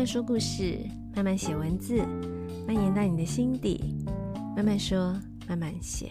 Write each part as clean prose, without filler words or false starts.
慢说故事，慢慢写文字，蔓延到你的心底。慢慢说，慢慢写。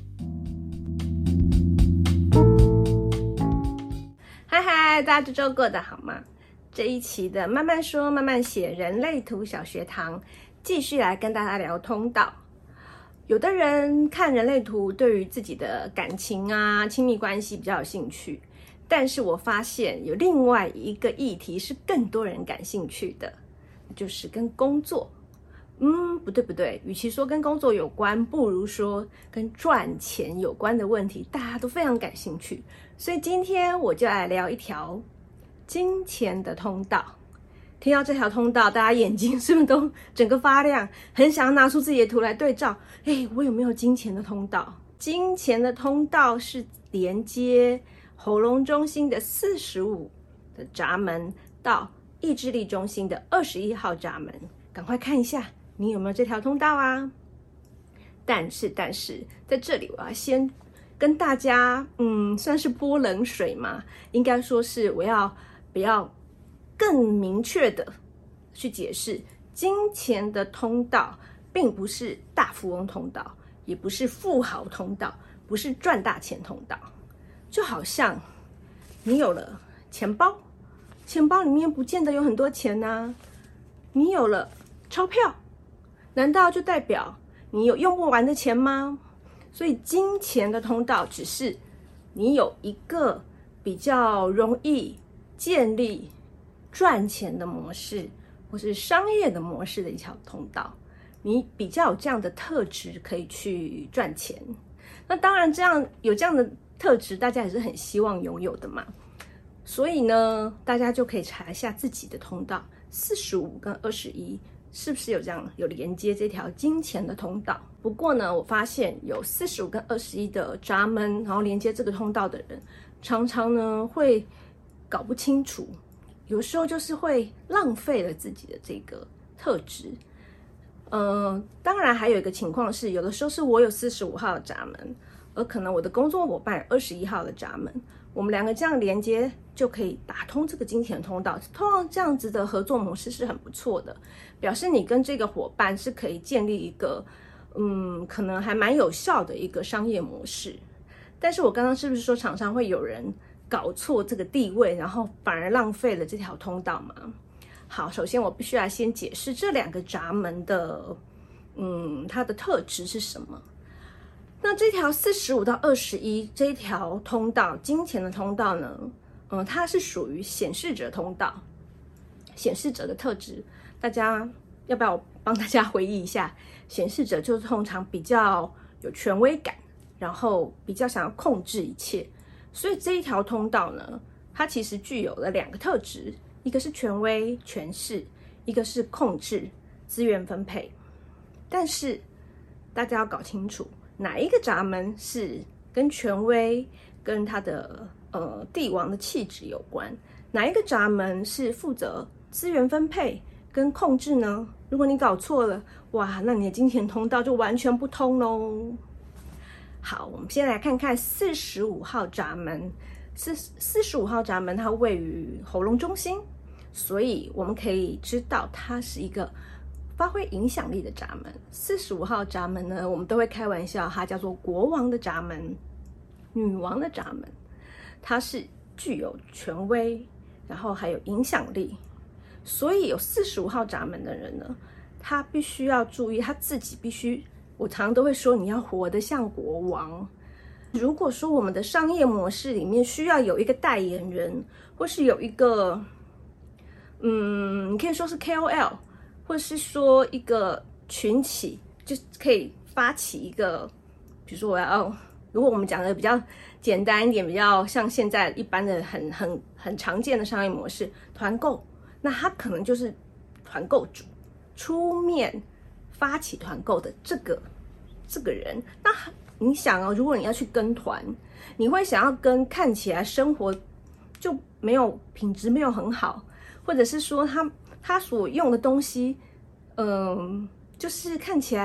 嗨，大家这周过得好吗？这一期的慢慢说，慢慢写人类图小学堂，继续来跟大家聊通道。有的人看人类图，对于自己的感情啊、亲密关系比较有兴趣。但是我发现有另外一个议题是更多人感兴趣的，就是跟工作。不对，与其说跟工作有关，不如说跟赚钱有关的问题，大家都非常感兴趣。所以今天我就来聊一条金钱的通道。听到这条通道，大家眼睛是不是都整个发亮，很想要拿出自己的图来对照？我有没有金钱的通道？金钱的通道是连接喉咙中心的45的闸门到意志力中心的21号闸门，赶快看一下你有没有这条通道啊？但是在这里我要先跟大家算是泼冷水嘛，应该说是我要比较更明确的去解释，金钱的通道并不是大富翁通道，也不是富豪通道，不是赚大钱通道。就好像你有了钱包，钱包里面不见得有很多钱啊。你有了钞票，难道就代表你有用不完的钱吗？所以金钱的通道只是你有一个比较容易建立赚钱的模式，或是商业的模式的一条通道。你比较有这样的特质可以去赚钱。那当然有这样的特质，大家也是很希望拥有的嘛。所以呢，大家就可以查一下自己的通道45跟21是不是有连接这条金钱的通道。不过呢，我发现有45跟21的闸门，然后连接这个通道的人，常常呢会搞不清楚，有时候就是会浪费了自己的这个特质。当然还有一个情况是，有的时候是我有45号的闸门，而可能我的工作伙伴有21号的闸门，我们两个这样连接就可以打通这个金钱通道。通常这样子的合作模式是很不错的，表示你跟这个伙伴是可以建立一个可能还蛮有效的一个商业模式。但是我刚刚是不是说常常会有人搞错这个地位，然后反而浪费了这条通道嘛？好，首先我必须要先解释这两个闸门的它的特质是什么。那这条45到21这一条通道，金钱的通道呢，它是属于显示者通道。显示者的特质，大家要不要我帮大家回忆一下？显示者就是通常比较有权威感，然后比较想要控制一切。所以这一条通道呢，它其实具有了两个特质，一个是权威权势，一个是控制资源分配。但是大家要搞清楚，哪一个闸门是跟权威跟他的帝王的气质有关，哪一个闸门是负责资源分配跟控制呢？如果你搞错了，哇，那你的金钱通道就完全不通咯。好，我们先来看看45号闸门。45号闸门它位于喉咙中心，所以我们可以知道它是一个发挥影响力的闸门。45号闸门呢，我们都会开玩笑，它叫做国王的闸门、女王的闸门。它是具有权威，然后还有影响力。所以有45号闸门的人呢，他必须要注意，他自己必须，我常常都会说，你要活得像国王。如果说我们的商业模式里面需要有一个代言人，或是有一个你可以说是 KOL， 或是说一个群体，就可以发起一个，比如说如果我们讲的比较简单一点，比较像现在一般的很常见的商业模式，团购，那他可能就是团购主，出面发起团购的这个人。那你想如果你要去跟团，你会想要跟看起来生活就没有品质没有很好，或者是说他所用的东西就是看起来不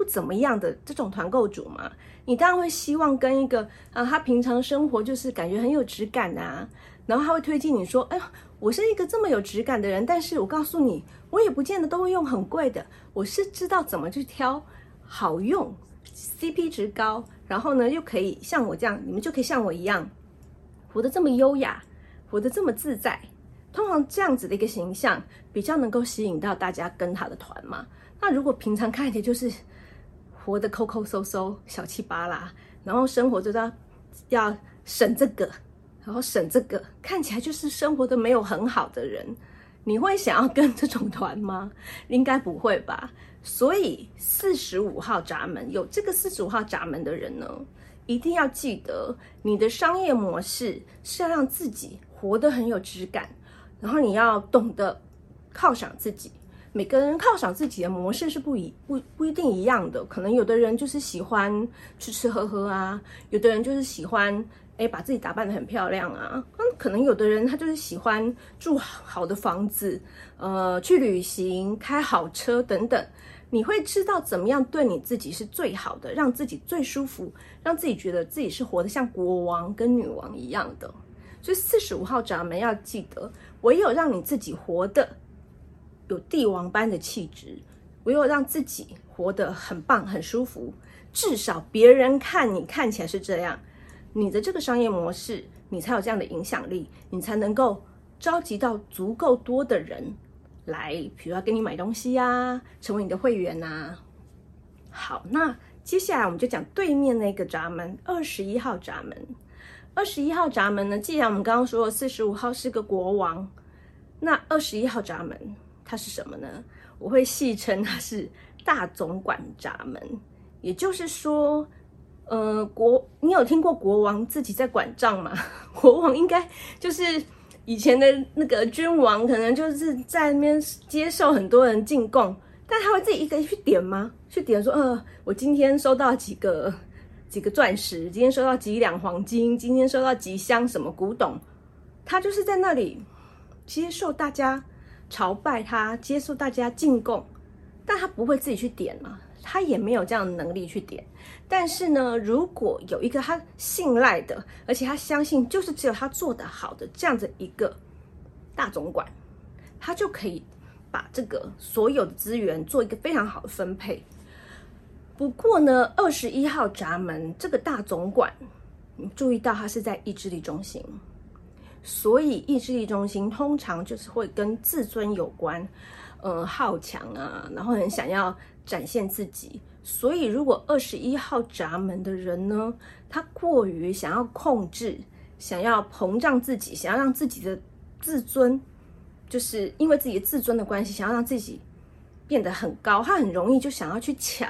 怎么样的这种团购主嘛，你当然会希望跟一个他平常生活就是感觉很有质感啊，然后他会推荐你说，哎呀，我是一个这么有质感的人，但是我告诉你，我也不见得都会用很贵的，我是知道怎么去挑好用、CP 值高，然后呢又可以像我这样，你们就可以像我一样活得这么优雅，活得这么自在。通常这样子的一个形象比较能够吸引到大家跟他的团嘛。那如果平常看起来就是活得抠抠搜搜、小气巴拉，然后生活就要省这个，然后省这个，看起来就是生活的没有很好的人，你会想要跟这种团吗？应该不会吧。所以45号闸门，有这个45号闸门的人呢，一定要记得你的商业模式是要让自己活得很有质感，然后你要懂得犒赏自己。每个人犒赏自己的模式是不一定一样的，可能有的人就是喜欢吃吃喝喝啊，有的人就是喜欢把自己打扮得很漂亮啊，可能有的人他就是喜欢住好的房子，去旅行，开好车等等。你会知道怎么样对你自己是最好的，让自己最舒服，让自己觉得自己是活得像国王跟女王一样的。所以45号闸门要记得，唯有让你自己活得有帝王般的气质，唯有让自己活得很棒很舒服，至少别人看你看起来是这样，你的这个商业模式你才有这样的影响力，你才能够召集到足够多的人来，比如要跟你买东西啊，成为你的会员啊。好，那接下来我们就讲对面那个闸门，21号闸门。21号闸门呢，既然我们刚刚说了45号是个国王，那21号闸门它是什么呢？我会戏称它是大总管闸门。也就是说，你有听过国王自己在管账吗？国王应该就是以前的那个君王，可能就是在那边接受很多人进贡，但他会自己一个去点吗？去点说，我今天收到几个钻石，今天收到几两黄金，今天收到几箱什么古董，他就是在那里接受大家朝拜他，接受大家进贡，但他不会自己去点嘛，他也没有这样的能力去点。但是呢，如果有一个他信赖的，而且他相信就是只有他做得好的这样子一个大总管，他就可以把这个所有的资源做一个非常好的分配。不过呢，21号闸门这个大总管，你注意到他是在意志力中心，所以意志力中心通常就是会跟自尊有关，好强啊，然后很想要展现自己。所以如果21号闸门的人呢，他过于想要控制，想要膨胀自己，想要让自己的自尊，就是因为自己的自尊的关系，想要让自己变得很高，他很容易就想要去抢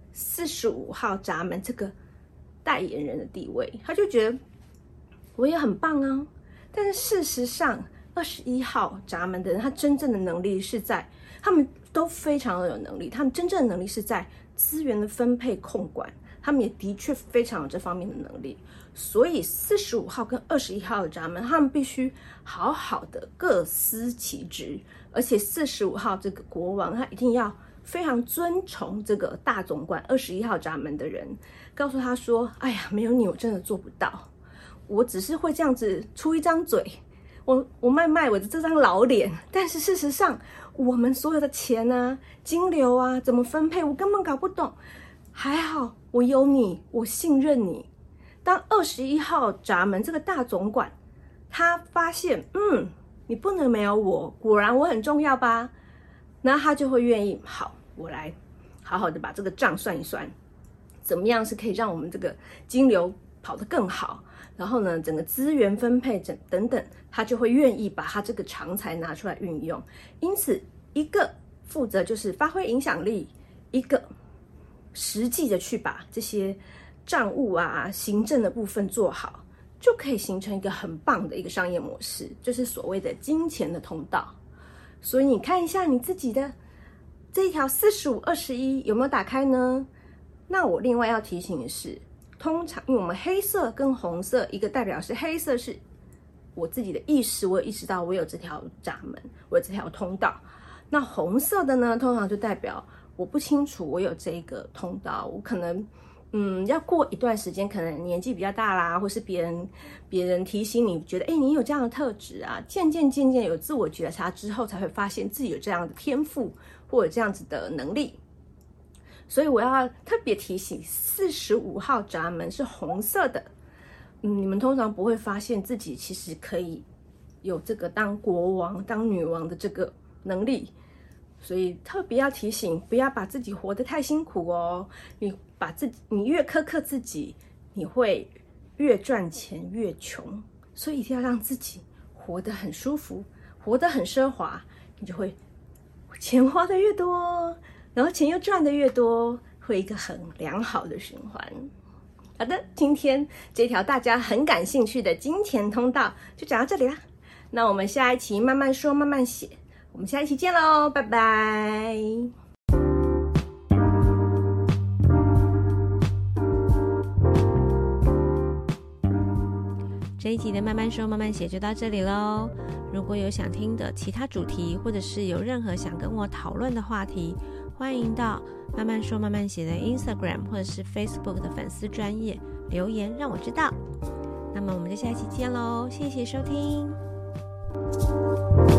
45号闸门这个代言人的地位，他就觉得我也很棒啊。但是事实上21号闸门的人，他真正的能力是在，他们都非常的有能力，他们真正的能力是在资源的分配控管，他们也的确非常有这方面的能力。所以45号跟21号的闸门，他们必须好好的各司其职，而且45号这个国王，他一定要非常尊崇这个大总管21号闸门的人，告诉他说，哎呀，没有你我真的做不到，我只是会这样子出一张嘴，我卖我的这张老脸，但是事实上我们所有的钱啊金流啊怎么分配我根本搞不懂，还好我有你，我信任你。当21号闸门这个大总管他发现你不能没有我，果然我很重要吧，那他就会愿意，好，我来好好的把这个账算一算，怎么样是可以让我们这个金流跑得更好，然后呢整个资源分配等等，他就会愿意把他这个长才拿出来运用。因此一个负责就是发挥影响力，一个实际的去把这些账务啊行政的部分做好，就可以形成一个很棒的一个商业模式，就是所谓的金钱的通道。所以你看一下你自己的这一条4521有没有打开呢？那我另外要提醒的是，通常因为我们黑色跟红色，一个代表是黑色是我自己的意识，我有意识到我有这条闸门，我有这条通道。那红色的呢，通常就代表我不清楚我有这个通道，我可能要过一段时间，可能年纪比较大啦，或是别人提醒你，觉得你有这样的特质啊，渐渐有自我觉察之后，才会发现自己有这样的天赋或者这样子的能力。所以我要特别提醒，45号闸门是红色的，你们通常不会发现自己其实可以有这个当国王、当女王的这个能力。所以特别要提醒，不要把自己活得太辛苦哦。你越苛刻自己，你会越赚钱越穷。所以一定要让自己活得很舒服，活得很奢华，你就会钱花的越多，然后钱又赚的越多，会一个很良好的循环。好的，今天这条大家很感兴趣的金钱通道就讲到这里啦。那我们下一期慢慢说慢慢写，我们下一期见咯，拜拜。 这一集的慢慢说慢慢写就到这里咯。如果有想听的其他主题，或者是有任何想跟我讨论的话题，欢迎到慢慢说慢慢写的 Instagram 或者是 Facebook 的粉丝专页留言让我知道。那么我们就下一期见咯，谢谢收听。